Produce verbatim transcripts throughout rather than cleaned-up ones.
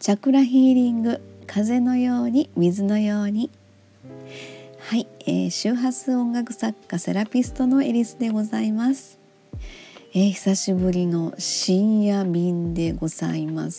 チャクラヒーリング、風のように水のように。はい、えー、周波数音楽作家セラピストのエリスでございます。えー、久しぶりの深夜便でございます。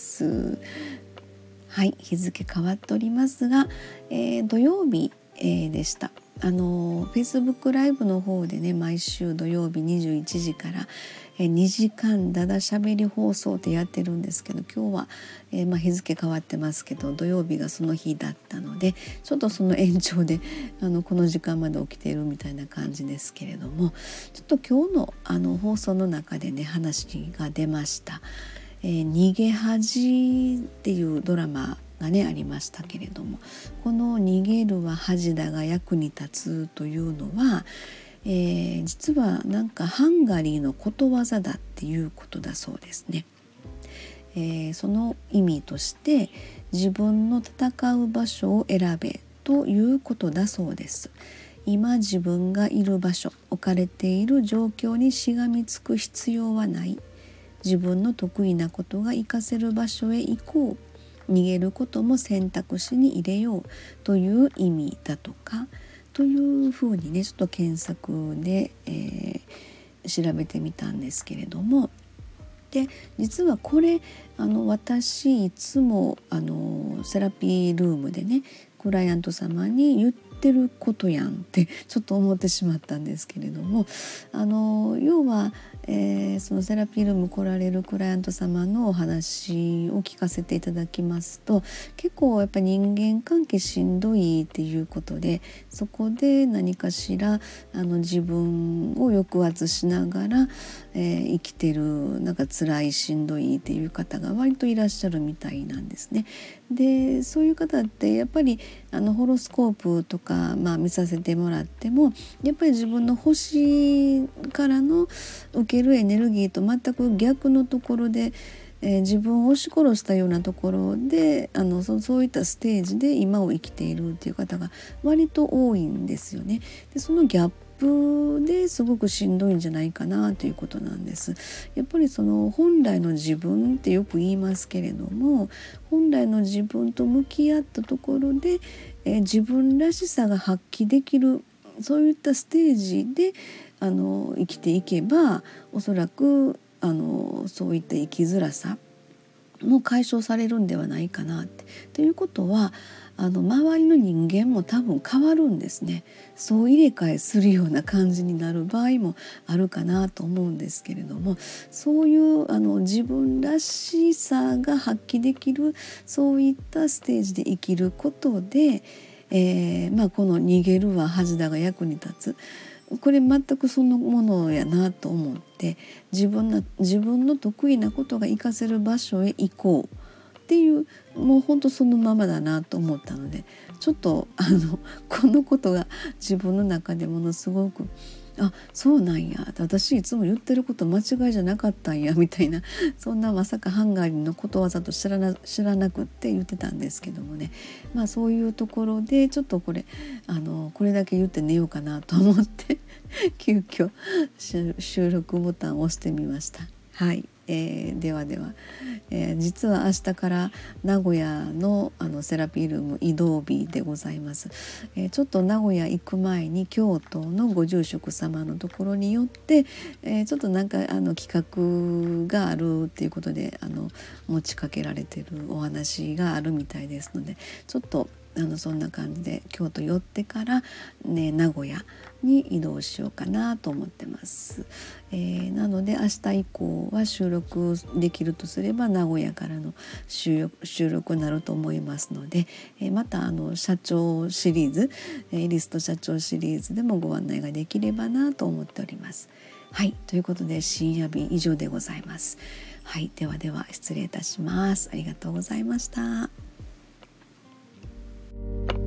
はい、日付変わっておりますが、えー、土曜日、えー、でした。あの Facebook ライブの方でね、毎週土曜日にじゅういちじからえにじかんだだしゃべり放送ってやってるんですけど、今日は、えーまあ、日付変わってますけど土曜日がその日だったので、ちょっとその延長であのこの時間まで起きているみたいな感じですけれども、ちょっと今日のあの放送の中でね話が出ました、えー、逃げ恥っていうドラマがねありましたけれども、この逃げるは恥だが役に立つというのは、えー、実はなんかハンガリーのことわざだっていうことだそうですね。えー、その意味として自分の戦う場所を選べということだそうです。今自分がいる場所、置かれている状況にしがみつく必要はない。自分の得意なことが活かせる場所へ行こう。逃げることも選択肢に入れようという意味だとかというふうにね、ちょっと検索で、えー、調べてみたんですけれども、で実はこれあの私いつもあのセラピールームでねクライアント様に言ってることやんってちょっと思ってしまったんですけれども、あの要は、えー、そのセラピールーム来られるクライアント様のお話を聞かせていただきますと、結構やっぱ人間関係しんどいっていうことで、そこで何かしらあの自分を抑圧しながら、えー、生きてるなんか辛いしんどいっていう方が割といらっしゃるみたいなんですね。でそういう方ってやっぱりあのホロスコープとか、まあ、見させてもらってもやっぱり自分の星からの受けるエネルギーと全く逆のところで、えー、自分を押し殺したようなところであの そ, そういったステージで今を生きているっていう方が割と多いんですよね。でそのギャップですごくしんどいんじゃないかなということなんです。やっぱりその本来の自分ってよく言いますけれども、本来の自分と向き合ったところで、えー、自分らしさが発揮できる、そういったステージであの生きていけば、おそらくあのそういった生きづらさも解消されるんではないかなって。ということはあの周りの人間も多分変わるんですね。そう入れ替えするような感じになる場合もあるかなと思うんですけれども、そういうあの自分らしさが発揮できるそういったステージで生きることで、えーまあ、この逃げるは恥だが役に立つ、これ全くそのものやなと思って、自分の自分の得意なことが活かせる場所へ行こうっていう、もう本当そのままだなと思ったので、ちょっとあのこのことが自分の中でものすごく、あ、そうなんや、私いつも言ってること間違いじゃなかったんやみたいな、そんなまさかハンガリーのことわざと知らな、知らなくって言ってたんですけどもね、まあそういうところでちょっとこれあのこれだけ言って寝ようかなと思って急遽収録ボタンを押してみました。はい、えー、ではでは、えー、実は明日から名古屋 の, あのセラピールーム移動日でございます。えー、ちょっと名古屋行く前に京都のご住職様のところによって、えー、ちょっとなんかあの企画があるっていうことであの持ちかけられてるお話があるみたいですので、ちょっとあのそんな感じで京都寄ってから、ね、名古屋に移動しようかなと思ってます。えー、なので明日以降は収録できるとすれば名古屋からの収録、収録になると思いますので、えー、またあの社長シリーズ、エリスト社長シリーズでもご案内ができればなと思っております。はい、ということで深夜便以上でございます。はい、ではでは失礼いたします。ありがとうございました。